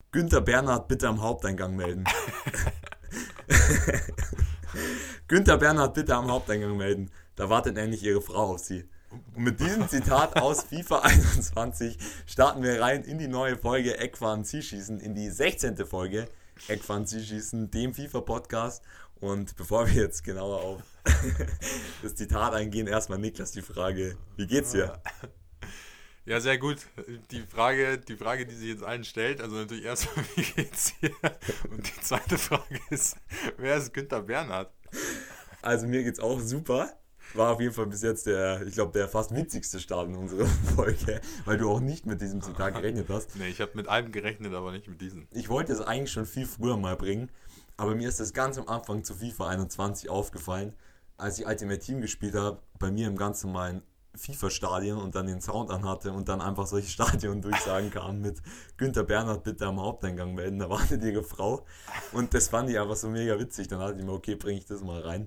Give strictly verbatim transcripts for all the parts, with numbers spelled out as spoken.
Günther Bernhard bitte am Haupteingang melden. Günther Bernhard bitte am Haupteingang melden. Da wartet nämlich ihre Frau auf sie. Und mit diesem Zitat aus FIFA einundzwanzig starten wir rein in die neue Folge Eckfahren Zielschießen, in die sechzehnte Folge Eckfahren Zielschießen, dem FIFA-Podcast. Und bevor wir jetzt genauer auf das Zitat eingehen, erstmal Niklas die Frage, wie geht's dir? Ja, sehr gut. Die Frage, die Frage, die sich jetzt allen stellt, also natürlich erstmal, wie geht's dir? Und die zweite Frage ist, wer ist Günther Bernhard? Also mir geht's auch super. War auf jeden Fall bis jetzt der, ich glaube, der fast witzigste Start in unserer Folge, weil du auch nicht mit diesem Zitat gerechnet hast. Nee, ich habe mit allem gerechnet, aber nicht mit diesem. Ich wollte es eigentlich schon viel früher mal bringen, aber mir ist das ganz am Anfang zu FIFA einundzwanzig aufgefallen, als ich Ultimate Team gespielt habe, bei mir im ganz normalen FIFA-Stadion und dann den Sound anhatte und dann einfach solche Stadion-Durchsagen kamen mit Günther Bernhard bitte am Haupteingang melden, da wartet ihre Frau und das fand ich einfach so mega witzig, dann dachte ich mir, okay, bringe ich das mal rein.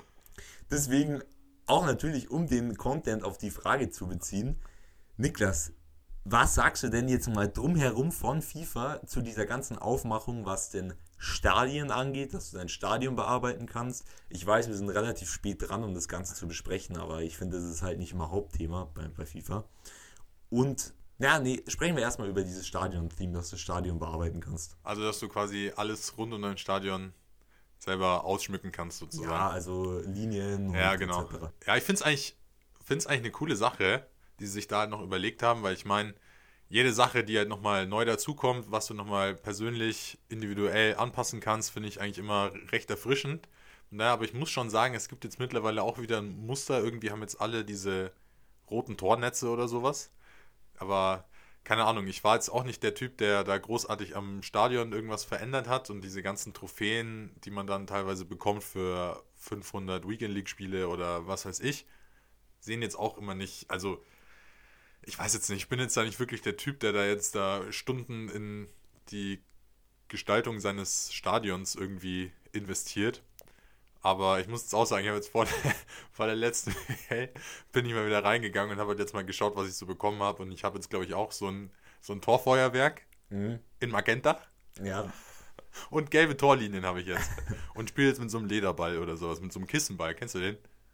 Deswegen auch natürlich, um den Content auf die Frage zu beziehen, Niklas, was sagst du denn jetzt mal drumherum von FIFA zu dieser ganzen Aufmachung, was denn Stadien angeht, dass du dein Stadion bearbeiten kannst? Ich weiß, wir sind relativ spät dran, um das Ganze zu besprechen, aber ich finde, das ist halt nicht immer Hauptthema bei, bei FIFA. Und, ja, nee, sprechen wir erstmal über dieses Stadion-Theme, dass du das Stadion bearbeiten kannst. Also, dass du quasi alles rund um dein Stadion selber ausschmücken kannst, sozusagen. Ja, also Linien und Ja, genau. et cetera. Ja, ich finde es eigentlich, find's eigentlich eine coole Sache, die sie sich da halt noch überlegt haben, weil ich meine, jede Sache, die halt nochmal neu dazukommt, was du nochmal persönlich, individuell anpassen kannst, finde ich eigentlich immer recht erfrischend. Naja, aber ich muss schon sagen, es gibt jetzt mittlerweile auch wieder ein Muster. Irgendwie haben jetzt alle diese roten Tornetze oder sowas. Aber keine Ahnung, ich war jetzt auch nicht der Typ, der da großartig am Stadion irgendwas verändert hat und diese ganzen Trophäen, die man dann teilweise bekommt für fünfhundert Weekend League Spiele oder was weiß ich, sehen jetzt auch immer nicht, also ich weiß jetzt nicht, ich bin jetzt da nicht wirklich der Typ, der da jetzt da Stunden in die Gestaltung seines Stadions irgendwie investiert. Aber ich muss jetzt auch sagen, ich habe jetzt vor der, vor der letzten Mail bin ich mal wieder reingegangen und habe halt jetzt mal geschaut, was ich so bekommen habe. Und ich habe jetzt, glaube ich, auch so ein, so ein Torfeuerwerk Mhm. in Magenta Ja, und gelbe Torlinien habe ich jetzt. Und spiele jetzt mit so einem Lederball oder sowas, mit so einem Kissenball. Kennst du den?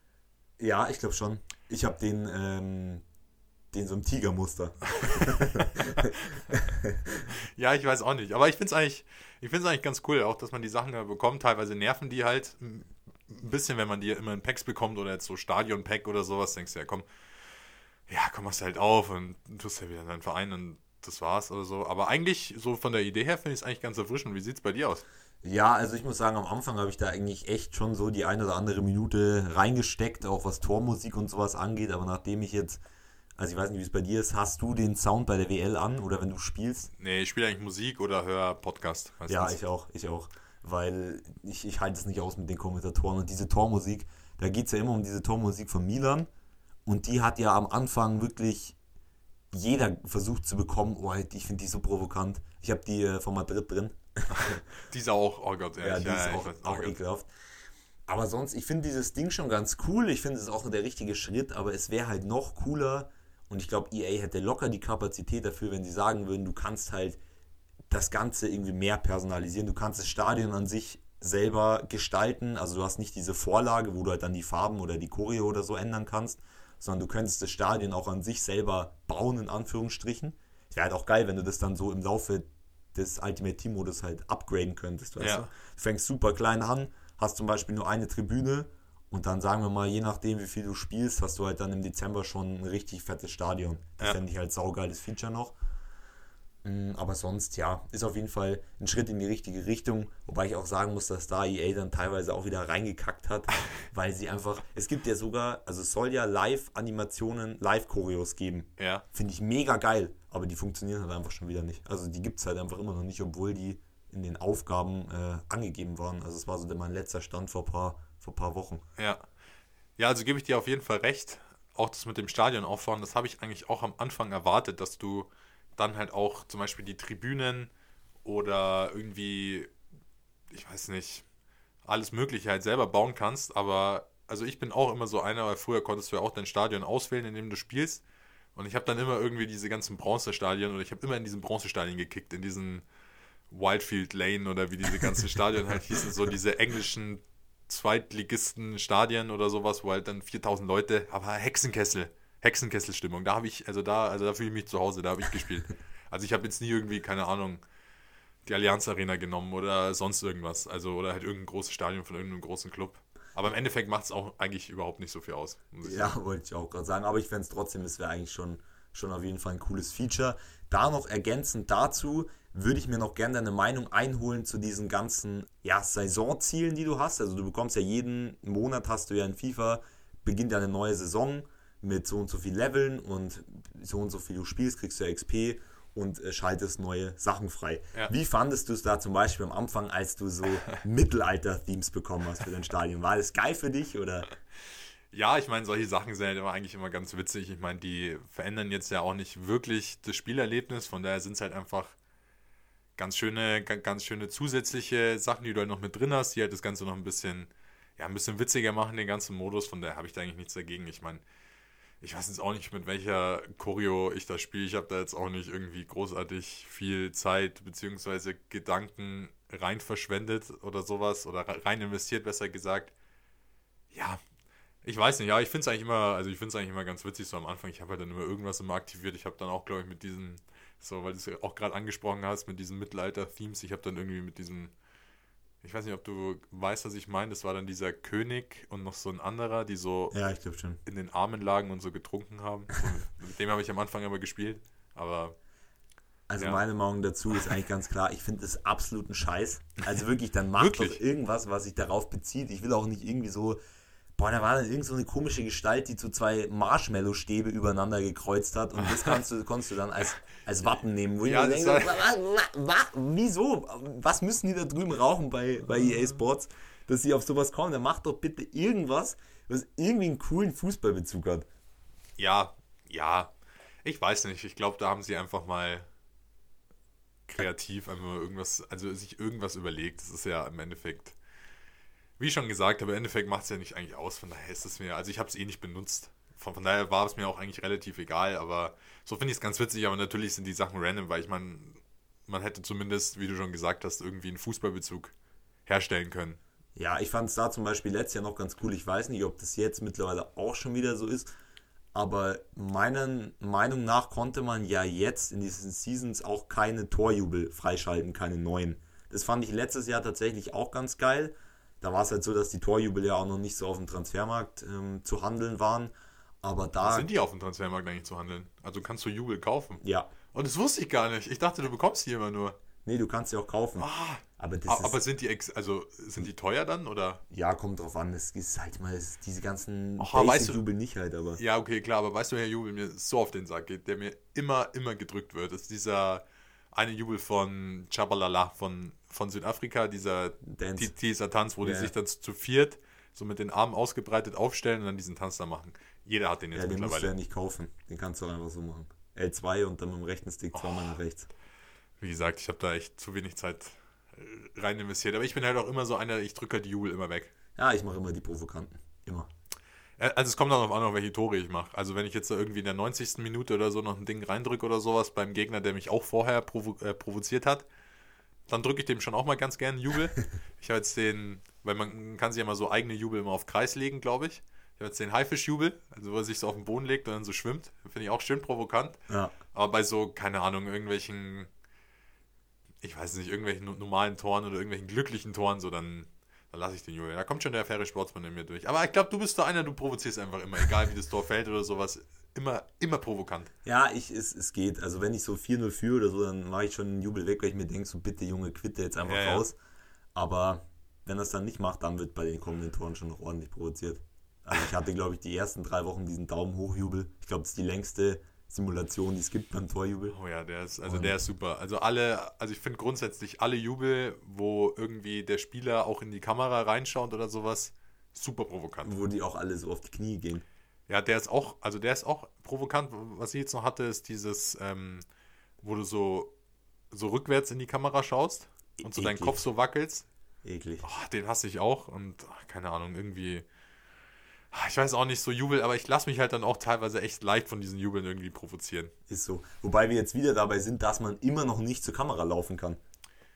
ja, ich glaube schon. Ich habe den, ähm, den so im Tigermuster. Ja, ich weiß auch nicht. Aber ich finde es eigentlich, ich find's eigentlich ganz cool, auch dass man die Sachen da bekommt. Teilweise nerven die halt ein bisschen, wenn man die immer in Packs bekommt oder jetzt so Stadion-Pack oder sowas. Denkst du, ja komm, ja komm, machst du halt auf und tust ja wieder in deinen Verein und das war's oder so. Aber eigentlich, so von der Idee her, finde ich es eigentlich ganz erfrischend. Wie sieht's bei dir aus? Ja, also ich muss sagen, am Anfang habe ich da eigentlich echt schon so die eine oder andere Minute reingesteckt, auch was Tormusik und sowas angeht. Aber nachdem ich jetzt, also ich weiß nicht, wie es bei dir ist, hast du den Sound bei der W L an oder wenn du spielst? Nee, ich spiele eigentlich Musik oder höre Podcast Ja, meistens. ich auch, ich auch. Weil ich, ich halte es nicht aus mit den Kommentatoren. Und diese Tormusik, da geht es ja immer um diese Tormusik von Milan. Und die hat ja am Anfang wirklich jeder versucht zu bekommen. Oh, ich finde die so provokant. Ich habe die äh, von Madrid drin. Die ist auch, oh Gott, Ja, ehrlich. die Ja, ist ja, ich auch, weiß, oh auch Gott. ekelhaft. Aber sonst, ich finde dieses Ding schon ganz cool. Ich finde es ist auch der richtige Schritt, aber es wäre halt noch cooler. Und ich glaube, E A hätte locker die Kapazität dafür, wenn sie sagen würden, du kannst halt das Ganze irgendwie mehr personalisieren. Du kannst das Stadion an sich selber gestalten. Also du hast nicht diese Vorlage, wo du halt dann die Farben oder die Choreo oder so ändern kannst, sondern du könntest das Stadion auch an sich selber bauen, in Anführungsstrichen. Es wäre halt auch geil, wenn du das dann so im Laufe des Ultimate Team Modus halt upgraden könntest. Weißt Ja. du? Du fängst super klein an, hast zum Beispiel nur eine Tribüne und dann sagen wir mal, je nachdem wie viel du spielst, hast du halt dann im Dezember schon ein richtig fettes Stadion. Das Ja. fände ich halt saugeiles Feature noch. Mm, Aber sonst, ja, ist auf jeden Fall ein Schritt in die richtige Richtung. Wobei ich auch sagen muss, dass da E A dann teilweise auch wieder reingekackt hat, weil sie einfach, es gibt ja sogar, also es soll ja Live-Animationen, Live-Choreos geben. Ja. Finde ich mega geil, aber die funktionieren halt einfach schon wieder nicht. Also die gibt es halt einfach immer noch nicht, obwohl die in den Aufgaben äh, angegeben waren. Also es war so mein letzter Stand vor ein paar, vor paar Wochen. Ja. Ja, also gebe ich dir auf jeden Fall recht. Auch das mit dem Stadion aufbauen, das habe ich eigentlich auch am Anfang erwartet, dass du dann halt auch zum Beispiel die Tribünen oder irgendwie, ich weiß nicht, alles Mögliche halt selber bauen kannst. Aber also ich bin auch immer so einer, weil früher konntest du ja auch dein Stadion auswählen, in dem du spielst. Und ich habe dann immer irgendwie diese ganzen Bronzestadien oder ich habe immer in diesen Bronzestadien gekickt, in diesen Wildfield Lane oder wie diese ganzen Stadien halt hießen, so diese englischen Zweitligisten-Stadien oder sowas, wo halt dann viertausend Leute, aber Hexenkessel, Hexenkessel-Stimmung, da habe ich, also da, also da fühle ich mich zu Hause, da habe ich gespielt. Also ich habe jetzt nie irgendwie, keine Ahnung, die Allianz Arena genommen oder sonst irgendwas, also oder halt irgendein großes Stadion von irgendeinem großen Club. Aber im Endeffekt macht es auch eigentlich überhaupt nicht so viel aus. Muss ich Ja, sagen. wollte ich auch gerade sagen, aber ich fände es trotzdem, es wäre eigentlich schon, schon auf jeden Fall ein cooles Feature. Da noch ergänzend dazu würde ich mir noch gerne deine Meinung einholen zu diesen ganzen ja, Saisonzielen, die du hast. Also du bekommst ja jeden Monat, hast du ja in FIFA, beginnt ja eine neue Saison mit so und so viel Leveln und so und so viel du spielst, kriegst du ja X P und äh, schaltest neue Sachen frei. Ja. Wie fandest du es da zum Beispiel am Anfang, als du so Mittelalter-Themes bekommen hast für dein Stadion? War das geil für dich oder... Ja, ich meine, solche Sachen sind halt immer eigentlich immer ganz witzig. Ich meine, die verändern jetzt ja auch nicht wirklich das Spielerlebnis, von daher sind es halt einfach ganz schöne, ganz schöne zusätzliche Sachen, die du halt noch mit drin hast, die halt das Ganze noch ein bisschen, ja, ein bisschen witziger machen, den ganzen Modus, von daher habe ich da eigentlich nichts dagegen. Ich meine, ich weiß jetzt auch nicht, mit welcher Choreo ich da spiele. Ich habe da jetzt auch nicht irgendwie großartig viel Zeit bzw. Gedanken rein verschwendet oder sowas oder rein investiert, besser gesagt. Ja, ich weiß nicht, ja, ich finde es eigentlich immer, also ich finde es eigentlich immer ganz witzig so am Anfang. Ich habe halt dann immer irgendwas immer aktiviert. Ich habe dann auch, glaube ich, mit diesen, so, weil du es ja auch gerade angesprochen hast, mit diesen Mittelalter-Themes, ich habe dann irgendwie mit diesem, ich weiß nicht, ob du weißt, was ich meine, das war dann dieser König und noch so ein anderer, die so ja, ich glaube schon. in den Armen lagen und so getrunken haben. So, mit, mit dem habe ich am Anfang aber gespielt, aber... Also ja. Meine Meinung dazu ist eigentlich ganz klar, ich finde das absoluten Scheiß. Also wirklich, dann macht Wirklich? doch irgendwas, was sich darauf bezieht. Ich will auch nicht irgendwie so, boah, da war dann irgend so eine komische Gestalt, die zu zwei Marshmallow-Stäbe übereinander gekreuzt hat und das kannst du, konntest du dann als, als Wappen nehmen. Wo Ja, ich mir das denke, war- wa, wa, wa, wieso? Was müssen die da drüben rauchen bei, bei E A Sports, dass sie auf sowas kommen? Dann macht doch bitte irgendwas, was irgendwie einen coolen Fußballbezug hat. Ja, ja, ich weiß nicht, ich glaube, da haben sie einfach mal kreativ einfach mal irgendwas, also sich irgendwas überlegt. Das ist ja im Endeffekt, wie schon gesagt, aber im Endeffekt macht es ja nicht eigentlich aus, von daher ist es mir, also ich habe es eh nicht benutzt, von, von daher war es mir auch eigentlich relativ egal, aber so finde ich es ganz witzig, aber natürlich sind die Sachen random, weil ich meine, man hätte zumindest, wie du schon gesagt hast, irgendwie einen Fußballbezug herstellen können. Ja, ich fand es da zum Beispiel letztes Jahr noch ganz cool. Ich weiß nicht, ob das jetzt mittlerweile auch schon wieder so ist, aber meiner Meinung nach konnte man ja jetzt in diesen Seasons auch keine Torjubel freischalten, keine neuen. Das fand ich letztes Jahr tatsächlich auch ganz geil. Da war es halt so, dass die Torjubel ja auch noch nicht so auf dem Transfermarkt ähm, zu handeln waren. Aber da... Sind die auf dem Transfermarkt eigentlich zu handeln? Also kannst du Jubel kaufen? Ja. Und das wusste ich gar nicht. Ich dachte, du bekommst die immer nur. Nee, du kannst sie auch kaufen. Ah, Aber das aber ist... sind die ex also sind die teuer dann oder? Ja, kommt drauf an. Es ist halt mal es ist diese ganzen Ach, weißt du- Basic-Jubel nicht halt, aber... Ja, okay, klar, aber weißt du, Herr Jubel mir so auf den Sack geht, der mir immer, immer gedrückt wird, ist dieser eine Jubel von Chabalala von, von Südafrika, dieser, Dance. die, dieser Tanz, wo Ja, die ja. sich dann zu viert so mit den Armen ausgebreitet aufstellen und dann diesen Tanz da machen. Jeder hat den jetzt Ja, den musst du ja mittlerweile. nicht kaufen. Den kannst du auch einfach so machen. L zwei und dann mit dem rechten Stick zweimal nach rechts. Wie gesagt, ich habe da echt zu wenig Zeit äh, rein investiert, aber ich bin halt auch immer so einer, ich drücke halt die Jubel immer weg. Ja, ich mache immer die Provokanten. Immer. Äh, Also es kommt auch darauf an, welche Tore ich mache. Also wenn ich jetzt da irgendwie in der neunzigsten Minute oder so noch ein Ding reindrücke oder sowas beim Gegner, der mich auch vorher provo äh, provoziert hat, dann drücke ich dem schon auch mal ganz gerne Jubel. Ich habe jetzt den, weil man kann sich ja mal so eigene Jubel immer auf Kreis legen, glaube ich. Ich habe jetzt den Haifischjubel, also wo er sich so auf den Boden legt und dann so schwimmt. Finde ich auch schön provokant. Ja. Aber bei so, keine Ahnung, irgendwelchen, ich weiß nicht, irgendwelchen normalen Toren oder irgendwelchen glücklichen Toren, so dann, dann lasse ich den Jubel. Da kommt schon der faire Sportsmann in mir durch. Aber ich glaube, du bist da einer, du provozierst einfach immer, egal wie das Tor fällt oder sowas. Immer, immer provokant. Ja, ich, es, es geht. Also wenn ich so vier null führe oder so, dann mache ich schon den Jubel weg, weil ich mir denke, so bitte Junge, quitte jetzt einfach Ja, ja. raus. Aber wenn er es dann nicht macht, dann wird bei den kommenden Toren schon noch ordentlich provoziert. Also ich hatte, glaube ich, die ersten drei Wochen diesen Daumen hoch Jubel. Ich glaube, das ist die längste Simulation, die es gibt beim Torjubel. Oh ja, der ist, also Und- der ist super. Also alle, also ich finde grundsätzlich alle Jubel, wo irgendwie der Spieler auch in die Kamera reinschaut oder sowas, super provokant. Wo die auch alle so auf die Knie gehen. Ja, der ist auch, also der ist auch provokant. Was ich jetzt noch hatte, ist dieses, ähm, wo du so, so rückwärts in die Kamera schaust und so deinen Eklig. Kopf so wackelst. Eklig. Oh, den hasse ich auch und ach, keine Ahnung, irgendwie, ah, ich weiß auch nicht, so Jubel, aber ich lasse mich halt dann auch teilweise echt leicht von diesen Jubeln irgendwie provozieren. Ist so. Wobei wir jetzt wieder dabei sind, dass man immer noch nicht zur Kamera laufen kann.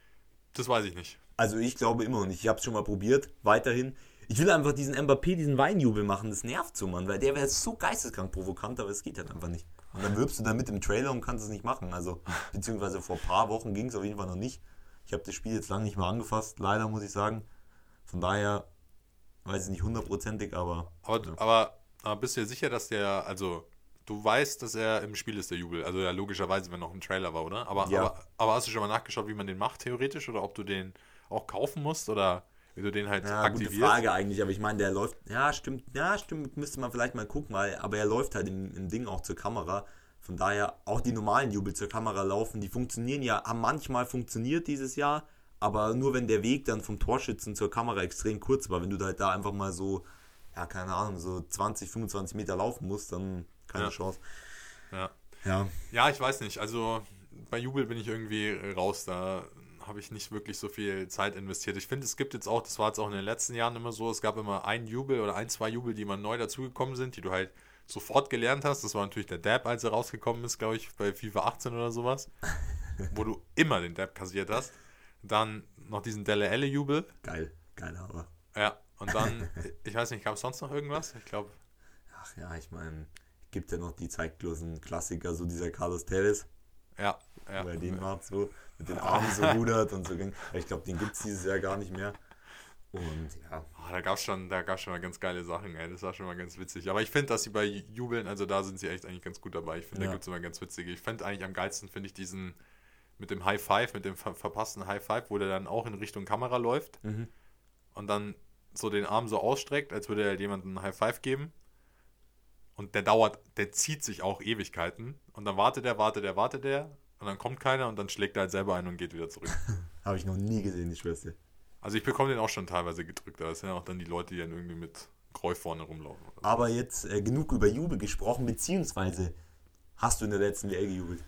Das weiß ich nicht. Also ich glaube immer noch nicht. Ich habe es schon mal probiert. Weiterhin. Ich will einfach diesen Mbappé, diesen Weinjubel machen. Das nervt so, Mann. Weil der wäre so geisteskrank provokant, aber es geht halt einfach nicht. Und dann wirbst du damit im Trailer und kannst es nicht machen. Also, beziehungsweise vor ein paar Wochen ging es auf jeden Fall noch nicht. Ich habe das Spiel jetzt lange nicht mehr angefasst, leider, muss ich sagen. Von daher weiß ich nicht hundertprozentig, aber... Aber, ja. aber, aber bist du dir sicher, dass der, also du weißt, dass er im Spiel ist, der Jubel. Also ja, logischerweise, wenn noch ein Trailer war, oder? Aber, Ja. aber, aber hast du schon mal nachgeschaut, wie man den macht, theoretisch? Oder ob du den auch kaufen musst? Oder wie du den halt Ja, aktivierst? gute Frage eigentlich, aber ich meine, der läuft... Ja, stimmt, ja, stimmt, müsste man vielleicht mal gucken, weil, aber er läuft halt im, im Ding auch zur Kamera. Von daher, auch die normalen Jubel zur Kamera laufen, die funktionieren ja, haben manchmal funktioniert dieses Jahr, aber nur wenn der Weg dann vom Torschützen zur Kamera extrem kurz war. Wenn du da halt da einfach mal so, ja, keine Ahnung, so zwanzig, fünfundzwanzig Meter laufen musst, dann keine Ja. Chance. Ja. Ja. Ja, ich weiß nicht. Also bei Jubel bin ich irgendwie raus. Da habe ich nicht wirklich so viel Zeit investiert. Ich finde, es gibt jetzt auch, das war jetzt auch in den letzten Jahren immer so, es gab immer einen Jubel oder ein, zwei Jubel, die mal neu dazugekommen sind, die du halt sofort gelernt hast. Das war natürlich der Dab, als er rausgekommen ist, glaube ich, bei FIFA achtzehn oder sowas. Wo du immer den Dab kassiert hast. Dann noch diesen Delle Elle Jubel. Geil, geil, aber. Ja, und dann, ich weiß nicht, gab es sonst noch irgendwas? Ich glaube. Ach ja, ich meine, gibt ja noch die zeitlosen Klassiker, so dieser Carlos Tevez. Ja, ja. Bei dem war so, mit den Armen so rudert und so. Ich glaube, den gibt es dieses Jahr gar nicht mehr. Und ja. Oh, da gab es schon, da gab's schon mal ganz geile Sachen, ey. Das war schon mal ganz witzig. Aber ich finde, dass sie bei Jubeln, also da sind sie echt eigentlich ganz gut dabei. Ich finde, Ja. da gibt es immer ganz witzige. Ich finde eigentlich am geilsten, finde ich diesen mit dem High Five, mit dem ver verpassten High Five, wo der dann auch in Richtung Kamera läuft Mhm. und dann so den Arm so ausstreckt, als würde er halt jemandem einen High Five geben. Und der dauert, der zieht sich auch Ewigkeiten. Und dann wartet er, wartet er, wartet er. Und dann kommt keiner und dann schlägt er halt selber ein und geht wieder zurück. Habe ich noch nie gesehen, die Schwester. Also ich bekomme den auch schon teilweise gedrückt. Da sind ja auch dann die Leute, die dann irgendwie mit Kreuz vorne rumlaufen. Oder so. Aber jetzt äh, genug über Jubel gesprochen, beziehungsweise hast du in der letzten W L gejubelt?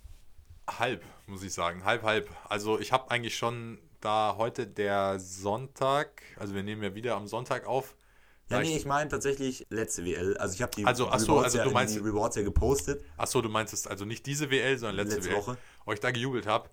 Halb, muss ich sagen. Halb, halb. Also ich habe eigentlich schon, da heute der Sonntag, also wir nehmen ja wieder am Sonntag auf. Ja, da nee, ich, ich meine tatsächlich letzte W L. Also ich habe die, Also, ach so, Rewards also ja, du meinst- die Rewards ja gepostet. achso, du meinst es also nicht diese W L, sondern letzte, Letzte W L, Woche. wo ich da gejubelt habe.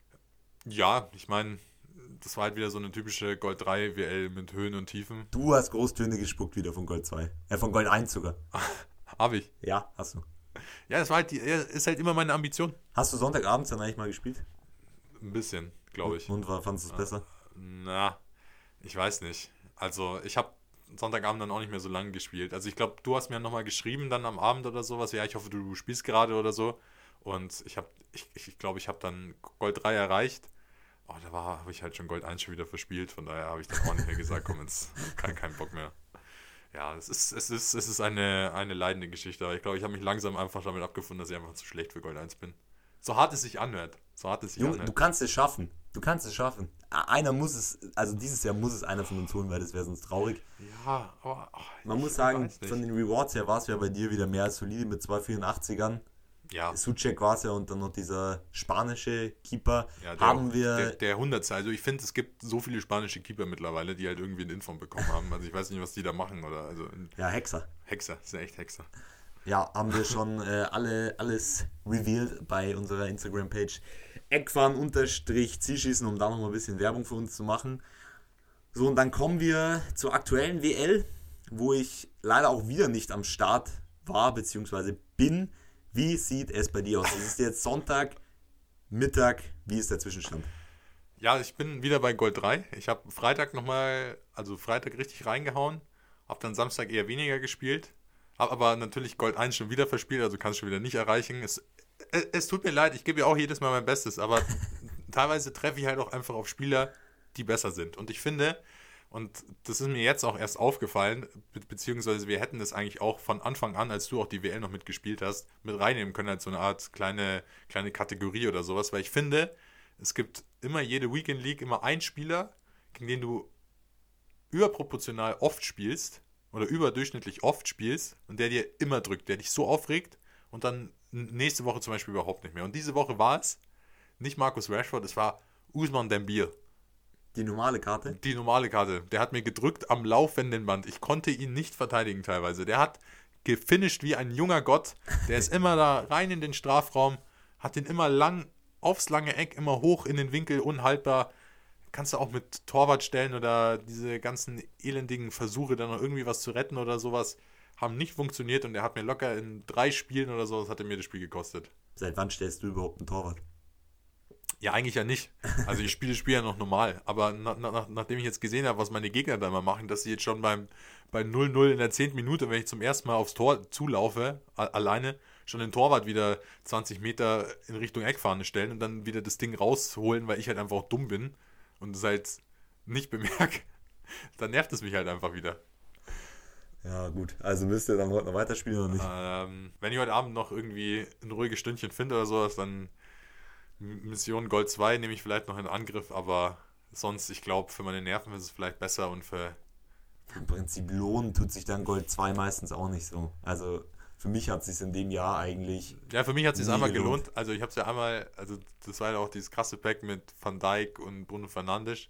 Ja, ich meine, das war halt wieder so eine typische Gold drei W L mit Höhen und Tiefen. Du hast Großtöne gespuckt wieder von Gold zwei. Äh, von Gold eins sogar. Habe ich. Ja, hast du. Ja, das war halt die, ist halt immer meine Ambition. Hast du Sonntagabends dann eigentlich mal gespielt? Ein bisschen, glaube ich. Und war, fandest du es besser? Na, ich weiß nicht. Also ich habe Sonntagabend dann auch nicht mehr so lange gespielt. Also ich glaube, du hast mir nochmal geschrieben dann am Abend oder sowas. Ja, ich hoffe, du spielst gerade oder so. Und ich habe, ich glaube, ich, glaub, ich habe dann Gold drei erreicht. Oh, da war, habe ich halt schon Gold eins schon wieder verspielt. Von daher habe ich dann auch nicht mehr gesagt, komm, jetzt kein, kein Bock mehr. Ja, es ist, es ist, es ist eine, eine leidende Geschichte. Aber ich glaube, ich habe mich langsam einfach damit abgefunden, dass ich einfach zu schlecht für Gold eins bin. So hart es sich anhört. So hart es sich Junge, anhört. du kannst es schaffen. Du kannst es schaffen. Einer muss es, also dieses Jahr muss es einer von uns holen, weil das wäre sonst traurig. Ja, aber oh, Man ich muss sagen, weiß nicht. von den Rewards her war es ja bei dir wieder mehr als solide mit zwei vierundachtzigern. ja, Suchek war es ja und dann noch dieser spanische Keeper. ja, der, haben wir, der, der hundertste. Also ich finde, es gibt so viele spanische Keeper mittlerweile, die halt irgendwie eine Inform bekommen haben. Also ich weiß nicht, was die da machen oder also ja, Hexer. Hexer, das sind echt Hexer. Ja, haben wir schon äh, alle, alles revealed bei unserer Instagram-Page Eckfahren-Zielschießen, um da noch mal ein bisschen Werbung für uns zu machen. So, und dann kommen wir zur aktuellen W L, wo ich leider auch wieder nicht am Start war, beziehungsweise bin. Wie sieht es bei dir aus? Es ist jetzt Sonntag, Mittag, wie ist der Zwischenstand? Ja, ich bin wieder bei Gold drei. Ich habe Freitag nochmal, also Freitag richtig reingehauen, habe dann Samstag eher weniger gespielt, habe aber natürlich Gold eins schon wieder verspielt, also kann es schon wieder nicht erreichen. Es, es, es tut mir leid, ich gebe ja auch jedes Mal mein Bestes, aber teilweise treffe ich halt auch einfach auf Spieler, die besser sind. Und ich finde, und das ist mir jetzt auch erst aufgefallen, be- beziehungsweise wir hätten das eigentlich auch von Anfang an, als du auch die W L noch mitgespielt hast, mit reinnehmen können als so eine Art kleine, kleine Kategorie oder sowas, weil ich finde, es gibt immer jede Weekend League immer einen Spieler, gegen den du überproportional oft spielst oder überdurchschnittlich oft spielst und der dir immer drückt, der dich so aufregt und dann nächste Woche zum Beispiel überhaupt nicht mehr. Und diese Woche war es nicht Marcus Rashford, es war Ousmane Dembele. Die normale Karte? Die normale Karte. Der hat mir gedrückt am laufenden Band. Ich konnte ihn nicht verteidigen teilweise. Der hat gefinisht wie ein junger Gott. Der ist immer da rein in den Strafraum, hat den immer lang aufs lange Eck, immer hoch in den Winkel, unhaltbar. kannst du auch mit Torwart stellen oder diese ganzen elendigen Versuche, dann noch irgendwie was zu retten oder sowas, haben nicht funktioniert und er hat mir locker in drei Spielen oder so, das hat er mir das Spiel gekostet. Seit wann stellst du überhaupt einen Torwart? Ja, eigentlich ja nicht. Also ich spiele das Spiel ja noch normal. Aber na, na, nachdem ich jetzt gesehen habe, was meine Gegner da mal machen, dass sie jetzt schon beim, bei null null in der zehnten Minute, wenn ich zum ersten Mal aufs Tor zulaufe, a- alleine, schon den Torwart wieder zwanzig Meter in Richtung Eckfahne stellen und dann wieder das Ding rausholen, weil ich halt einfach auch dumm bin und es halt nicht bemerke, dann nervt es mich halt einfach wieder. Ja, gut. Also müsst ihr dann heute noch weiterspielen oder nicht? Ähm, wenn ich heute Abend noch irgendwie ein ruhiges Stündchen finde oder sowas, dann Mission Gold zwei nehme ich vielleicht noch in Angriff, aber sonst, ich glaube, für meine Nerven ist es vielleicht besser und für... Im Prinzip lohnen tut sich dann Gold zwei meistens auch nicht so. Also für mich hat es sich in dem Jahr eigentlich... Ja, für mich hat es sich nie einmal gelohnt. gelohnt. Also ich habe es ja einmal, also das war ja auch dieses krasse Pack mit Van Dijk und Bruno Fernandes.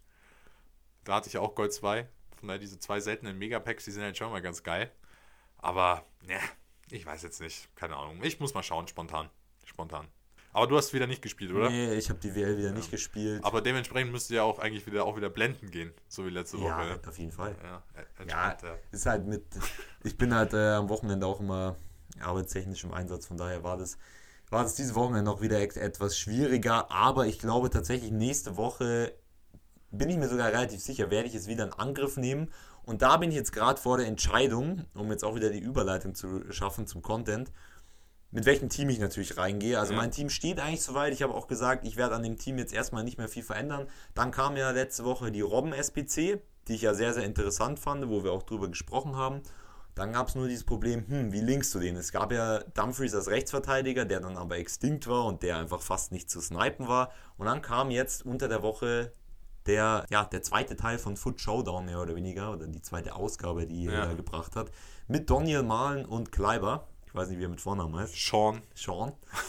Da hatte ich ja auch Gold zwei. Von daher diese zwei seltenen Megapacks, die sind halt schon mal ganz geil. Aber, ne, ich weiß jetzt nicht. Keine Ahnung. Ich muss mal schauen, spontan. Spontan. Aber du hast wieder nicht gespielt, oder? Nee, ich habe die W L wieder nicht gespielt. Aber dementsprechend müsste ja auch eigentlich wieder auch wieder blenden gehen, so wie letzte Woche. Ja, ne? auf jeden Fall. Ja, äh, Ja, entspannt, ja. ist halt mit... Ich bin halt äh, am Wochenende auch immer arbeitstechnisch im Einsatz, von daher war das, war das dieses Wochenende noch wieder et- etwas schwieriger, aber ich glaube tatsächlich nächste Woche, bin ich mir sogar relativ sicher, werde ich es wieder in Angriff nehmen und da bin ich jetzt gerade vor der Entscheidung, um jetzt auch wieder die Überleitung zu schaffen zum Content, mit welchem Team ich natürlich reingehe. Also Ja. mein Team steht eigentlich soweit. Ich habe auch gesagt, ich werde an dem Team jetzt erstmal nicht mehr viel verändern. Dann kam ja letzte Woche die Robben S P C, die ich ja sehr, sehr interessant fand, wo wir auch drüber gesprochen haben. Dann gab es nur dieses Problem, hm, wie linkst du den? Es gab ja Dumfries als Rechtsverteidiger, der dann aber extinct war und der einfach fast nicht zu snipen war. Und dann kam jetzt unter der Woche der, ja, der zweite Teil von Foot Showdown mehr oder weniger, oder die zweite Ausgabe, die Ja. er gebracht hat, mit Daniel Mahlen und Kleiber. Ich weiß nicht, wie er mit Vornamen heißt. Sean. Sean.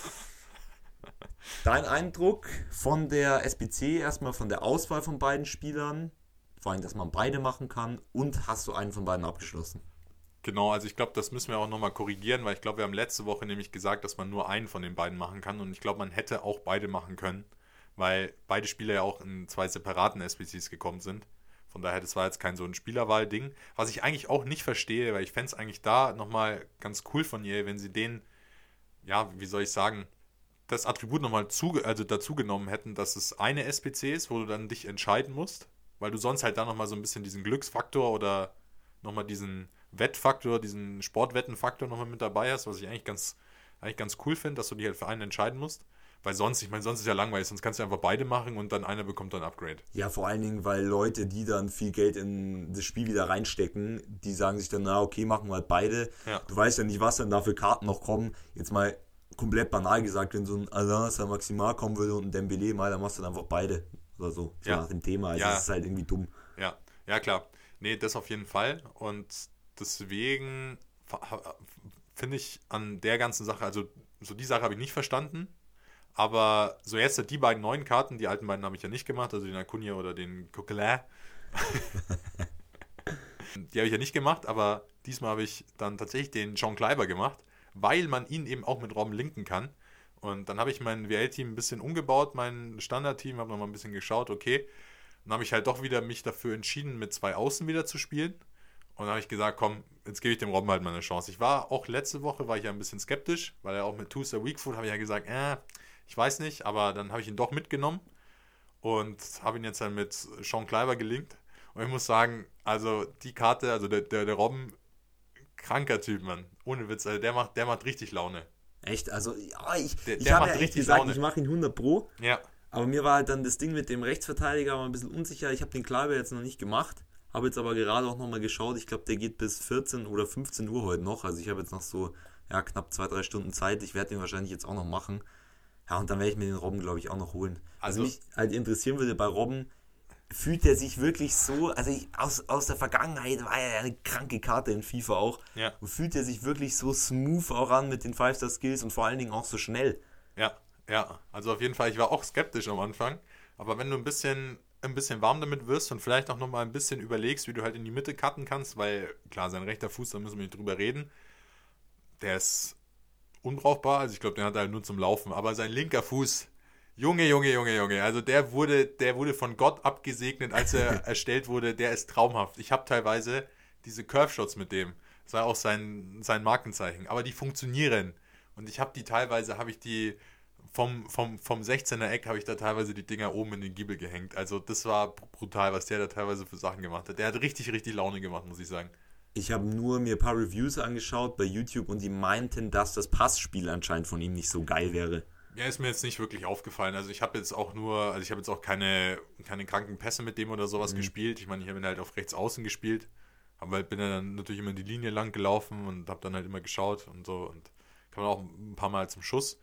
Dein Eindruck von der S B C, erstmal von der Auswahl von beiden Spielern, vor allem, dass man beide machen kann, und hast du einen von beiden abgeschlossen? Genau, also ich glaube, das müssen wir auch nochmal korrigieren, weil ich glaube, wir haben letzte Woche nämlich gesagt, dass man nur einen von den beiden machen kann und ich glaube, man hätte auch beide machen können, weil beide Spieler ja auch in zwei separaten S B Cs gekommen sind. Von daher, das war jetzt kein so ein Spielerwahl-Ding. Was ich eigentlich auch nicht verstehe, weil ich fände es eigentlich da nochmal ganz cool von ihr, wenn sie den, ja, wie soll ich sagen, das Attribut nochmal zuge also dazu genommen hätten, dass es eine S P C ist, wo du dann dich entscheiden musst, weil du sonst halt da nochmal so ein bisschen diesen Glücksfaktor oder nochmal diesen Wettfaktor, diesen Sportwettenfaktor nochmal mit dabei hast, was ich eigentlich ganz, eigentlich ganz cool finde, dass du dich halt für einen entscheiden musst. Weil sonst, ich meine, sonst ist ja langweilig, sonst kannst du einfach beide machen und dann einer bekommt dann Upgrade. Ja, vor allen Dingen, weil Leute, die dann viel Geld in das Spiel wieder reinstecken, die sagen sich dann, na okay, machen wir halt beide. Ja. Du weißt ja nicht, was dann da für Karten noch kommen. Jetzt mal komplett banal gesagt, wenn so ein Alain Saint-Maximin kommen würde und ein Dembélé mal, dann machst du dann einfach beide oder so. So Ja. nach dem Thema. Also Ja. das ist halt irgendwie dumm. Ja, ja klar. Nee, das auf jeden Fall. Und deswegen finde ich an der ganzen Sache, also so die Sache habe ich nicht verstanden. Aber so jetzt die beiden neuen Karten, die alten beiden habe ich ja nicht gemacht, also den Acuna oder den Coquelin. Die habe ich ja nicht gemacht, aber diesmal habe ich dann tatsächlich den John Kleiber gemacht, weil man ihn eben auch mit Robben linken kann. Und dann habe ich mein W L-Team ein bisschen umgebaut, mein Standardteam, habe nochmal ein bisschen geschaut, okay. Dann habe ich halt doch wieder mich dafür entschieden, mit zwei Außen wieder zu spielen. Und dann habe ich gesagt, komm, jetzt gebe ich dem Robben halt mal eine Chance. Ich war auch letzte Woche, war ich ja ein bisschen skeptisch, weil er auch mit Tuster Weakfoot, habe ich ja gesagt, äh, ich weiß nicht, aber dann habe ich ihn doch mitgenommen und habe ihn jetzt dann mit Sean Kleiber gelinkt. Und ich muss sagen, also die Karte, also der, der, der Robben, kranker Typ, Mann. Ohne Witz, also der macht, der macht richtig Laune. Echt? Also, ja, ich, Der- ich der habe macht ja echt richtig gesagt, Laune. ich mache ihn hundert Pro. Ja, Aber mir war halt dann das Ding mit dem Rechtsverteidiger mal ein bisschen unsicher. Ich habe den Kleiber jetzt noch nicht gemacht. Habe jetzt aber gerade auch nochmal geschaut. Ich glaube, der geht bis vierzehn oder fünfzehn Uhr heute noch. Also ich habe jetzt noch so ja, knapp zwei, drei Stunden Zeit. Ich werde den wahrscheinlich jetzt auch noch machen. Ja, und dann werde ich mir den Robben, glaube ich, auch noch holen. Also, Also- mich halt interessieren würde bei Robben, fühlt er sich wirklich so, also ich, aus, aus der Vergangenheit war er ja eine kranke Karte in FIFA auch. Ja. Und fühlt er sich wirklich so smooth auch an mit den Five-Star-Skills und vor allen Dingen auch so schnell. ja, ja. Also auf jeden Fall, ich war auch skeptisch am Anfang. Aber wenn du ein bisschen, ein bisschen warm damit wirst und vielleicht auch nochmal ein bisschen überlegst, wie du halt in die Mitte cutten kannst, weil klar, sein rechter Fuß, da müssen wir nicht drüber reden, der ist unbrauchbar. Also ich glaube, den hat er halt nur zum Laufen. Aber sein linker Fuß, Junge, Junge, Junge, Junge. Also der wurde, der wurde von Gott abgesegnet, als er erstellt wurde. Der ist traumhaft. Ich habe teilweise diese Curve-Shots mit dem. Das war auch sein, sein Markenzeichen. Aber die funktionieren. Und ich habe die teilweise, habe ich die vom, vom, vom sechzehner Eck, habe ich da teilweise die Dinger oben in den Giebel gehängt. Also das war brutal, was der da teilweise für Sachen gemacht hat. Der hat richtig, richtig Laune gemacht, muss ich sagen. Ich habe nur mir ein paar Reviews angeschaut bei YouTube und die meinten, dass das Passspiel anscheinend von ihm nicht so geil wäre. Ja, ist mir jetzt nicht wirklich aufgefallen. Also ich habe jetzt auch nur, also ich habe jetzt auch keine, keine kranken Pässe mit dem oder sowas mhm. gespielt. Ich meine, ich habe ihn halt auf rechts außen gespielt. Aber halt bin dann natürlich immer die Linie lang gelaufen und habe dann halt immer geschaut und so. Und kam auch ein paar Mal zum Schuss.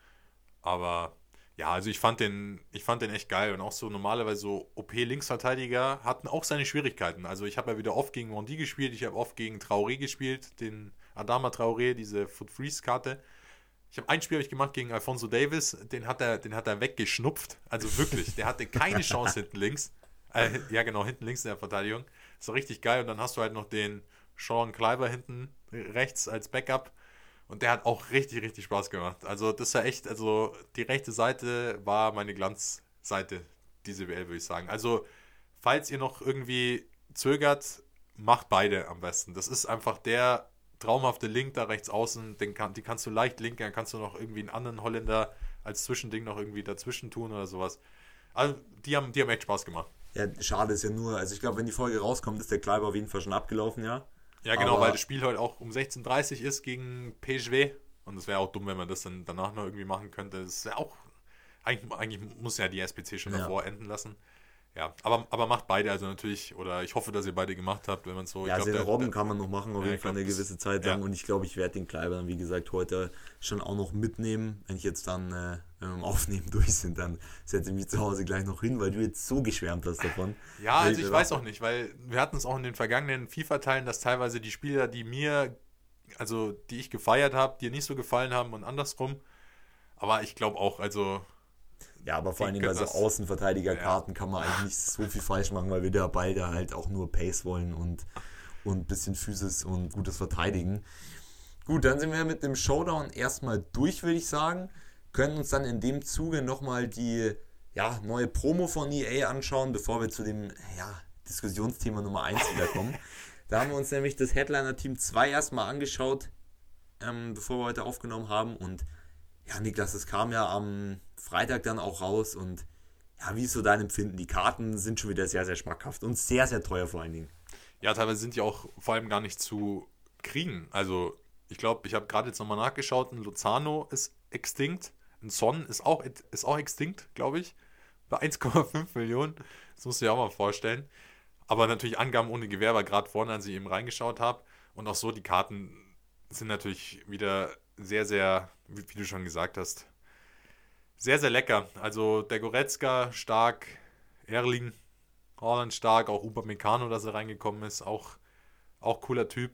Aber ja, also ich fand den, ich fand den echt geil. Und auch so normalerweise so O P-Linksverteidiger hatten auch seine Schwierigkeiten. Also ich habe ja wieder oft gegen Mondi gespielt. Ich habe oft gegen Traoré gespielt, den Adama Traoré, diese Foot-Freeze-Karte. Ich habe ein Spiel hab ich gemacht gegen Alphonso Davies, den hat er, den hat er weggeschnupft. Also wirklich, der hatte keine Chance hinten links. Äh, ja genau, hinten links in der Verteidigung. Das war richtig geil. Und dann hast du halt noch den Sean Kleiber hinten rechts als Backup. Und der hat auch richtig, richtig Spaß gemacht. Also das war echt, also die rechte Seite war meine Glanzseite, diese W L, würde ich sagen. Also falls ihr noch irgendwie zögert, macht beide am besten. Das ist einfach der traumhafte Link da rechts außen, den kann, die kannst du leicht linken, dann kannst du noch irgendwie einen anderen Holländer als Zwischending noch irgendwie dazwischen tun oder sowas. Also die haben, die haben echt Spaß gemacht. Ja, schade ist ja nur, also ich glaube, wenn die Folge rauskommt, ist der Kleiber auf jeden Fall schon abgelaufen, ja. Ja, genau, aber weil das Spiel heute auch um sechzehn Uhr dreißig ist gegen P S V und es wäre auch dumm, wenn man das dann danach noch irgendwie machen könnte. Das wäre auch, eigentlich, eigentlich muss ja die S P C schon ja. davor enden lassen. Ja, aber, aber macht beide, also natürlich, oder ich hoffe, dass ihr beide gemacht habt, wenn man so... Ja, ich glaub, den Robben der, kann man noch machen, auf ja, jeden Fall eine gewisse Zeit lang ja. und ich glaube, ich werde den Kleiber dann, wie gesagt, heute schon auch noch mitnehmen, wenn ich jetzt dann, äh, wenn wir im Aufnehmen durch sind, dann setze ich mich zu Hause gleich noch hin, weil du jetzt so geschwärmt hast davon. Ja, also ich, ich weiß auch nicht, weil wir hatten es auch in den vergangenen FIFA-Teilen, dass teilweise die Spieler, die mir, also die ich gefeiert habe, dir nicht so gefallen haben und andersrum, aber ich glaube auch, also... Ja, aber vor allen Dingen bei so Außenverteidigerkarten ja. kann man eigentlich nicht so viel falsch machen, weil wir da beide halt auch nur Pace wollen und, und ein bisschen Physis und gutes Verteidigen. Gut, dann sind wir mit dem Showdown erstmal durch, würde ich sagen. Können uns dann in dem Zuge nochmal die ja, neue Promo von E A anschauen, bevor wir zu dem ja, Diskussionsthema Nummer eins wiederkommen. Da haben wir uns nämlich das Headliner-Team zwei erstmal angeschaut, ähm, bevor wir heute aufgenommen haben und ja, Niklas, es kam ja am Freitag dann auch raus und ja, wie ist so dein Empfinden? Die Karten sind schon wieder sehr, sehr schmackhaft und sehr, sehr teuer vor allen Dingen. Ja, teilweise sind die auch vor allem gar nicht zu kriegen. Also ich glaube, ich habe gerade jetzt nochmal nachgeschaut, ein Lozano ist extinct, ein Son ist auch, ist auch extinct, glaube ich, bei eins Komma fünf Millionen. Das musst du dir auch mal vorstellen. Aber natürlich Angaben ohne Gewähr war gerade vorne, als ich eben reingeschaut habe. Und auch so, die Karten sind natürlich wieder sehr, sehr, wie, wie du schon gesagt hast, sehr, sehr lecker. Also der Goretzka stark, Erling Haaland stark, auch Upamecano, dass er reingekommen ist, auch, auch cooler Typ.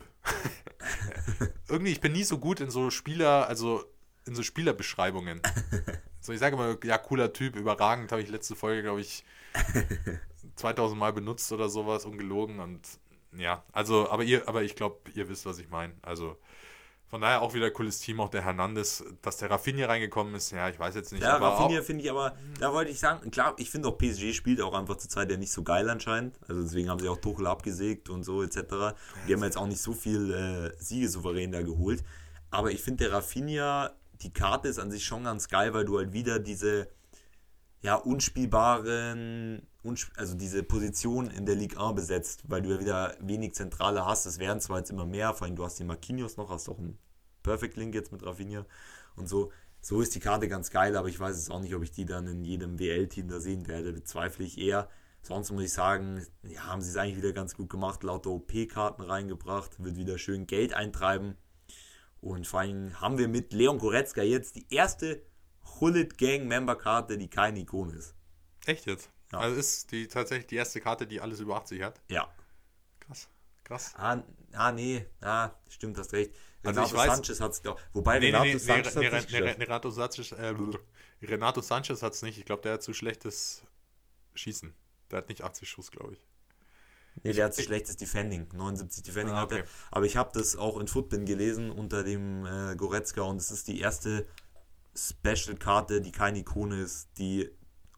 Irgendwie, ich bin nie so gut in so Spieler, also in so Spielerbeschreibungen. So, ich sage immer, ja, cooler Typ, überragend, habe ich letzte Folge, glaube ich, zweitausend Mal benutzt oder sowas, ungelogen und ja, also, aber ihr, aber ich glaube, ihr wisst, was ich meine. Also von daher auch wieder ein cooles Team, auch der Hernandez, dass der Rafinha reingekommen ist, ja, ich weiß jetzt nicht. Ja, aber Rafinha finde ich aber, da wollte ich sagen, klar, ich finde auch P S G spielt auch einfach zur Zeit ja nicht so geil anscheinend, also deswegen haben sie auch Tuchel abgesägt und so et cetera. Die haben jetzt auch nicht so viel äh, Siege souverän da geholt, aber ich finde der Rafinha, die Karte ist an sich schon ganz geil, weil du halt wieder diese ja, unspielbaren, unsp- also diese Position in der Ligue eins besetzt, weil du ja wieder wenig Zentrale hast. Es werden zwar jetzt immer mehr, vor allem du hast den Marquinhos noch, hast auch einen Perfect Link jetzt mit Rafinha und so. So ist die Karte ganz geil, aber ich weiß jetzt auch nicht, ob ich die dann in jedem W L-Team da sehen werde. Bezweifle ich eher. Sonst muss ich sagen, ja, haben sie es eigentlich wieder ganz gut gemacht, lauter O P-Karten reingebracht, wird wieder schön Geld eintreiben. Und vor allem haben wir mit Leon Goretzka jetzt die erste Hullet Gang Member-Karte, die keine Ikone ist. Echt jetzt? Ja. Also ist die tatsächlich die erste Karte, die alles über achtzig hat? Ja. Krass. Krass. Ah, ah nee, ah, stimmt, hast recht. Also Renato ich weiß, Sanchez hat es, glaube ich. Wobei nee, Renato nee, nee, Sanchez nee, hat es nee, nee, Renato Sanchez, äh, Renato Sanchez hat es nicht. Ich glaube, der hat zu schlechtes Schießen. Der hat nicht achtzig Schuss, glaube ich. Nee, der hat zu schlechtes Defending. neunundsiebzig Defending ah, hat okay. er. Aber ich habe das auch in Footbin gelesen unter dem äh, Goretzka und es ist die erste Special-Karte, die keine Ikone ist, die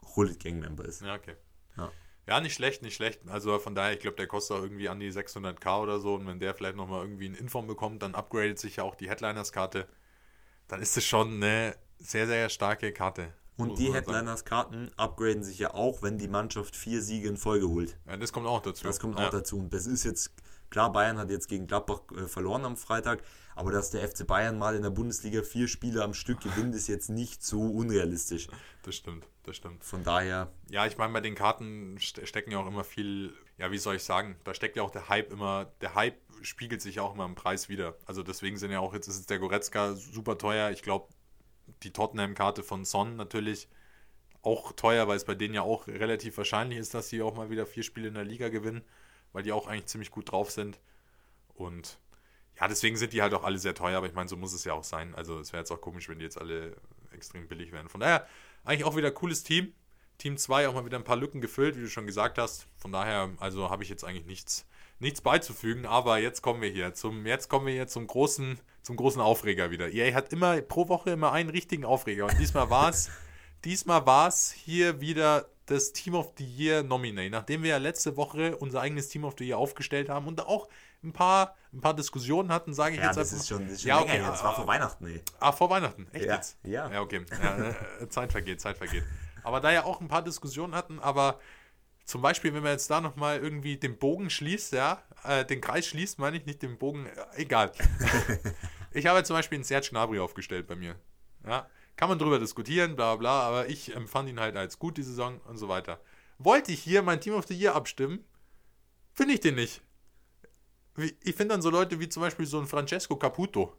Hullet Gang-Member ist. Ja, okay. Ja. Ja, nicht schlecht, nicht schlecht. Also von daher, ich glaube, der kostet auch irgendwie an die sechshunderttausend oder so. Und wenn der vielleicht nochmal irgendwie einen Inform bekommt, dann upgradet sich ja auch die Headliners-Karte. Dann ist es schon eine sehr, sehr starke Karte. Und die Headliners-Karten upgraden sich ja auch, wenn die Mannschaft vier Siege in Folge holt. Ja, das kommt auch dazu. Das kommt ja. auch dazu. Und das ist jetzt, klar, Bayern hat jetzt gegen Gladbach äh, verloren am Freitag, aber dass der F C Bayern mal in der Bundesliga vier Spiele am Stück gewinnt, ist jetzt nicht so unrealistisch. Das stimmt, das stimmt. Von daher... Ja, ich meine, bei den Karten ste- stecken ja auch immer viel, ja, wie soll ich sagen, da steckt ja auch der Hype immer, der Hype spiegelt sich ja auch immer im Preis wieder. Also deswegen sind ja auch, jetzt ist es der Goretzka super teuer. Ich glaube, die Tottenham-Karte von Son natürlich auch teuer, weil es bei denen ja auch relativ wahrscheinlich ist, dass sie auch mal wieder vier Spiele in der Liga gewinnen, weil die auch eigentlich ziemlich gut drauf sind. Und ja, deswegen sind die halt auch alle sehr teuer, aber ich meine, so muss es ja auch sein. Also es wäre jetzt auch komisch, wenn die jetzt alle extrem billig wären. Von daher eigentlich auch wieder cooles Team. Team zwei auch mal wieder ein paar Lücken gefüllt, wie du schon gesagt hast. Von daher, also habe ich jetzt eigentlich nichts, nichts beizufügen, aber jetzt kommen wir hier zum, jetzt kommen wir hier zum großen, zum großen Aufreger wieder. E A hat immer pro Woche immer einen richtigen Aufreger und diesmal war es, diesmal war es hier wieder das Team of the Year Nominee, nachdem wir ja letzte Woche unser eigenes Team of the Year aufgestellt haben und auch ein paar, ein paar Diskussionen hatten, sage ich Ja, jetzt das einfach. ist schon, das ist schon ja, länger okay, her. Das war vor Weihnachten, ey. Ah, vor Weihnachten, echt Ja, jetzt? ja. Ja, okay. Ja, äh, Zeit vergeht, Zeit vergeht. Aber da ja auch ein paar Diskussionen hatten, aber zum Beispiel, wenn man jetzt da nochmal irgendwie den Bogen schließt, ja, äh, den Kreis schließt, meine ich, nicht den Bogen, äh, egal. Ich habe zum Beispiel einen Serge Gnabry aufgestellt bei mir. Ja, kann man drüber diskutieren, bla bla, aber ich empfand ihn halt als gut die Saison und so weiter. Wollte ich hier mein Team of the Year abstimmen, finde ich den nicht. Wie- Ich finde dann so Leute wie zum Beispiel so ein Francesco Caputo.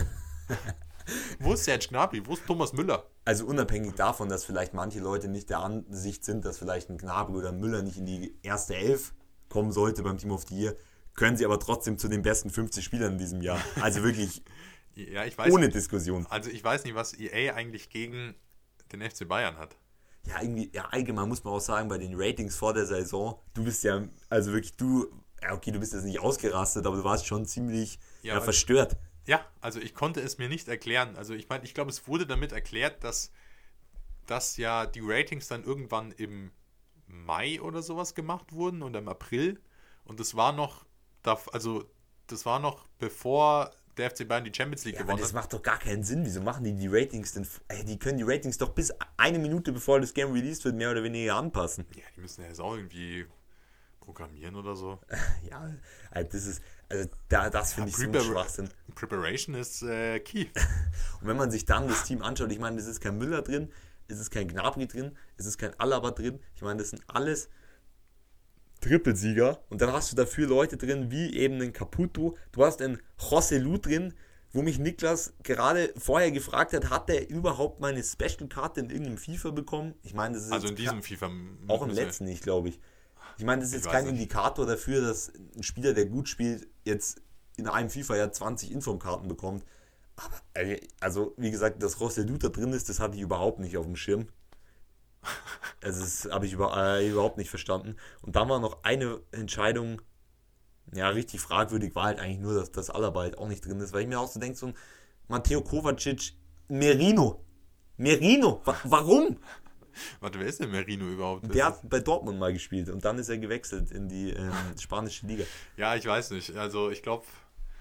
Wo ist Serge Gnabry? Wo ist Thomas Müller? Also unabhängig davon, dass vielleicht manche Leute nicht der Ansicht sind, dass vielleicht ein Gnabry oder ein Müller nicht in die erste Elf kommen sollte beim Team of the Year, können sie aber trotzdem zu den besten fünfzig Spielern in diesem Jahr. Also wirklich Ja, ich weiß ohne nicht. Diskussion. Also ich weiß nicht, was E A eigentlich gegen den F C Bayern hat. Ja, irgendwie, ja, allgemein muss man auch sagen, bei den Ratings vor der Saison, du bist ja, also wirklich, du, ja, okay, du bist jetzt nicht ausgerastet, aber du warst schon ziemlich Ja, ja, weil- verstört. Ja, also ich konnte es mir nicht erklären. Also ich meine, ich glaube, es wurde damit erklärt, dass, dass ja die Ratings dann irgendwann im Mai oder sowas gemacht wurden und im April. Und das war noch, da- also das war noch bevor der F C Bayern die Champions League Ja, aber gewonnen das hat. macht doch gar keinen Sinn. Wieso machen die die Ratings denn? Ey, die können die Ratings doch bis eine Minute bevor das Game released wird, mehr oder weniger anpassen. Ja, die müssen ja jetzt auch irgendwie programmieren oder so. Ja, also das ist, also da, das finde ich so ein Prepar- Schwachsinn. Preparation ist äh, key. Und wenn man sich dann das Team anschaut, ich meine, es ist kein Müller drin, es ist kein Gnabry drin, es ist kein Alaba drin. Ich meine, das sind alles Trippelsieger. Und dann hast du dafür Leute drin, wie eben einen Caputo. Du hast einen José Lu drin, wo mich Niklas gerade vorher gefragt hat, hat der überhaupt mal eine Special-Karte in irgendeinem FIFA bekommen? Ich meine, das ist Also in jetzt diesem FIFA. auch im müssen wir- letzten nicht, glaube ich. Ich meine, das ist Ich jetzt weiß kein nicht. Indikator dafür, dass ein Spieler, der gut spielt, jetzt in einem FIFA ja zwanzig Informkarten bekommt. Aber, ey, also, wie gesagt, dass José Lu da drin ist, das hatte ich überhaupt nicht auf dem Schirm. Also, das habe ich über, äh, überhaupt nicht verstanden. Und dann war noch eine Entscheidung, ja, richtig fragwürdig, war halt eigentlich nur, dass das Alaba halt auch nicht drin ist, weil ich mir auch so denke, so ein Matteo Kovacic, Merino. Merino, wa- warum? Warte, wer ist denn Merino überhaupt? Der Ist hat bei Dortmund mal gespielt und dann ist er gewechselt in die ähm, spanische Liga. Ja, ich weiß nicht. Also ich glaube,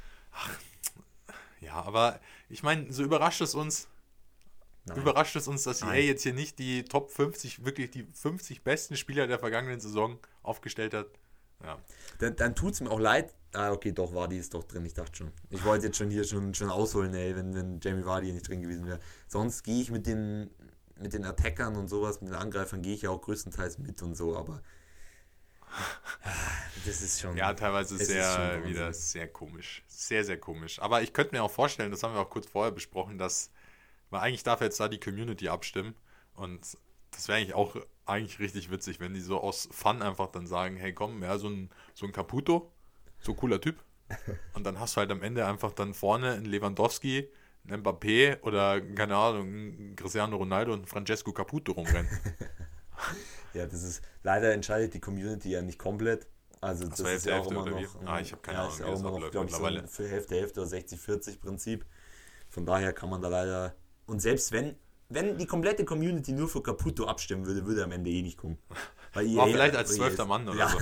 ja, aber ich meine, so überrascht es uns, Nein. überrascht es uns, dass E A Nein. jetzt hier nicht die Top fünfzig, wirklich die fünfzig besten Spieler der vergangenen Saison aufgestellt hat. Ja, Dann, dann tut es mir auch leid. Ah, okay, doch, Vardy ist doch drin, ich dachte schon. Ich wollte jetzt schon hier schon, schon ausholen, ey, wenn, wenn Jamie Vardy nicht drin gewesen wäre. Sonst gehe ich mit den, mit den Attackern und sowas, mit den Angreifern gehe ich ja auch größtenteils mit und so, aber das ist schon... ja teilweise es ist sehr schon Wahnsinn. wieder sehr komisch. Sehr, sehr komisch. Aber ich könnte mir auch vorstellen, das haben wir auch kurz vorher besprochen, dass, weil eigentlich darf jetzt da die Community abstimmen und das wäre eigentlich auch eigentlich richtig witzig, wenn die so aus Fun einfach dann sagen, hey komm, ja, so ein, so ein Caputo, so cooler Typ. Und dann hast du halt am Ende einfach dann vorne einen Lewandowski, einen Mbappé oder, keine Ahnung, einen Cristiano Ronaldo und einen Francesco Caputo rumrennen. Ja, das ist, leider entscheidet die Community ja nicht komplett. Also das, Das war ist Hälfte, ja auch Hälfte immer oder noch... wie? Ah, ich hab keine ja, Ahnung, ist wie ja auch das immer noch, abläuft glaube ich, so mittlerweile. ein für Hälfte, Hälfte oder sechzig vierzig Prinzip. Von daher kann man da leider... Und selbst wenn wenn die komplette Community nur für Caputo abstimmen würde, würde er am Ende eh nicht kommen. Weil E A, War vielleicht als zwölfter Mann oder ja. so.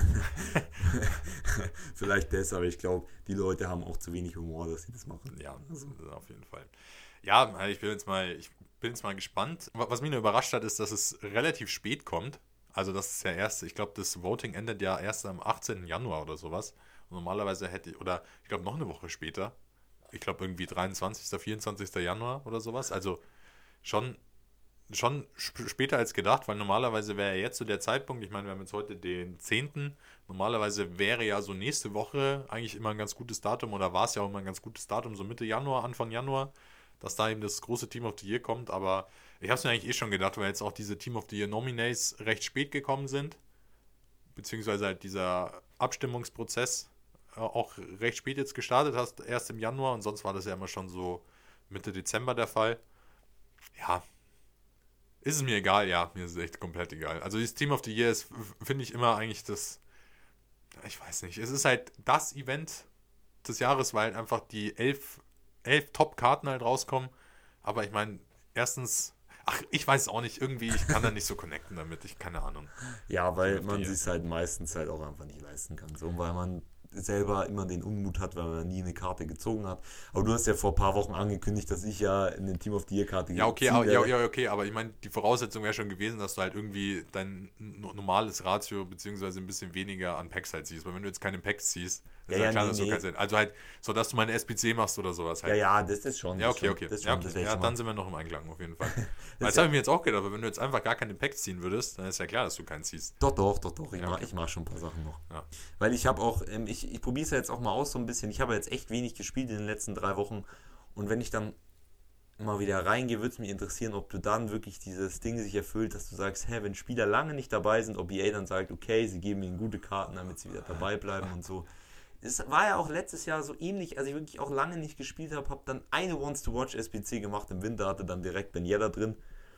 Vielleicht das, aber ich glaube, die Leute haben auch zu wenig Humor, dass sie das machen. Ja, also. Auf jeden Fall. Ja, ich bin jetzt mal, ich bin jetzt mal gespannt. Was mich nur überrascht hat, ist, dass es relativ spät kommt. Also das ist ja erst, ich glaube, das Voting endet ja erst am achtzehnten Januar oder sowas. Und normalerweise hätte ich, oder ich glaube noch eine Woche später, ich glaube irgendwie dreiundzwanzigsten, vierundzwanzigsten Januar oder sowas. Also schon, schon sp- später als gedacht, weil normalerweise wäre ja jetzt so der Zeitpunkt, ich meine, wir haben jetzt heute den zehnten Normalerweise wäre ja so nächste Woche eigentlich immer ein ganz gutes Datum, oder war es ja auch immer ein ganz gutes Datum, so Mitte Januar, Anfang Januar, dass da eben das große Team of the Year kommt. Aber ich habe es mir eigentlich eh schon gedacht, weil jetzt auch diese Team of the Year Nominees recht spät gekommen sind, beziehungsweise halt dieser Abstimmungsprozess auch recht spät jetzt gestartet hast, erst im Januar, und sonst war das ja immer schon so Mitte Dezember der Fall. Ja, ist es mir egal, ja, mir ist es echt komplett egal. Also das Team of the Year ist, finde ich, immer eigentlich das, ich weiß nicht, es ist halt das Event des Jahres, weil halt einfach die elf, elf Top-Karten halt rauskommen, aber ich meine, erstens, ach, ich weiß es auch nicht, irgendwie, ich kann da nicht so connecten damit, ich keine Ahnung. Ja, weil man sich halt meistens halt auch einfach nicht leisten kann, so, weil man selber immer den Unmut hat, weil man nie eine Karte gezogen hat. Aber du hast ja vor ein paar Wochen angekündigt, dass ich ja in den Team of the Year Karte Ja, okay, aber, ja, ja, okay, aber ich meine, die Voraussetzung wäre schon gewesen, dass du halt irgendwie dein normales Ratio beziehungsweise ein bisschen weniger an Packs halt ziehst. Weil wenn du jetzt keine Packs ziehst, ist ja, ja klar, nee, dass du nee. keinen Sinn. Also halt, so dass du mal eine S P C machst oder sowas halt. Ja, ja, das ist schon. Ja, okay, okay. Das ja, schon, okay. ja dann sind wir noch im Einklang auf jeden Fall. das ja habe ich mir jetzt auch gedacht, aber wenn du jetzt einfach gar keine Packs ziehen würdest, dann ist ja klar, dass du keinen ziehst. Doch, doch, doch, doch. Ich, ja, mach, okay. ich mach schon ein paar Sachen noch. Ja. Weil ich habe auch, ähm, ich, ich probiere es ja jetzt auch mal aus so ein bisschen. Ich habe jetzt echt wenig gespielt in den letzten drei Wochen. Und wenn ich dann mal wieder reingehe, würde es mich interessieren, ob du dann wirklich dieses Ding sich erfüllt, dass du sagst, hä, wenn Spieler lange nicht dabei sind, ob E A dann sagt, okay, sie geben ihnen gute Karten, damit sie wieder dabei bleiben und so. Es war ja auch letztes Jahr so ähnlich, als ich wirklich auch lange nicht gespielt habe, habe dann eine Wants-to-Watch S P C gemacht, im Winter hatte dann direkt Ben Yedder drin.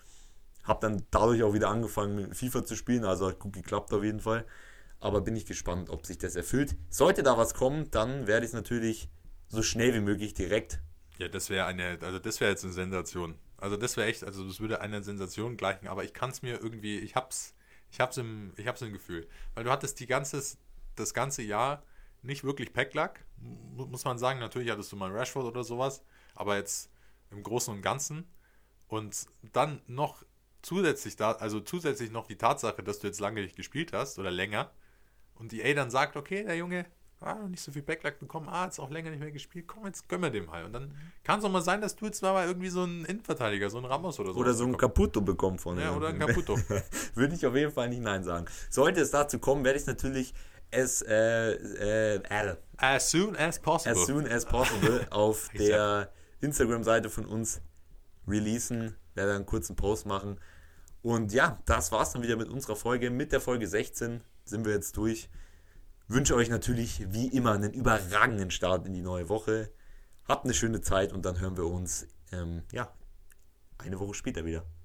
Habe dann dadurch auch wieder angefangen mit FIFA zu spielen, also hat gut geklappt auf jeden Fall. Aber bin ich gespannt, ob sich das erfüllt. Sollte da was kommen, dann werde ich es natürlich so schnell wie möglich direkt. Ja, das wäre eine, also das wäre jetzt eine Sensation. Also das wäre echt, also das würde einer Sensation gleichen, aber ich kann es mir irgendwie, ich hab's, ich hab's im, ich hab's im Gefühl. Weil du hattest die ganze, das ganze Jahr nicht wirklich Pack-Luck, muss man sagen. Natürlich hattest du mal Rashford oder sowas, aber jetzt im Großen und Ganzen. Und dann noch zusätzlich da, also zusätzlich noch die Tatsache, dass du jetzt lange nicht gespielt hast oder länger und die E A dann sagt, okay, der Junge, ah, nicht so viel Backluck bekommen, ah, jetzt auch länger nicht mehr gespielt, komm, jetzt gönnen wir dem halt. Und dann kann es auch mal sein, dass du jetzt mal irgendwie so einen Innenverteidiger, so einen Ramos oder so. Oder so einen Caputo bekommst von Ja, oder einen Caputo. Würde ich auf jeden Fall nicht Nein sagen. Sollte es dazu kommen, werde ich es natürlich as, äh, äh, as soon as possible, as soon as possible auf der Instagram-Seite von uns releasen, werde einen kurzen Post machen. Und ja, das war's dann wieder mit unserer Folge. Mit der Folge sechzehn sind wir jetzt durch. Wünsche euch natürlich wie immer einen überragenden Start in die neue Woche. Habt eine schöne Zeit und dann hören wir uns ähm, ja, eine Woche später wieder.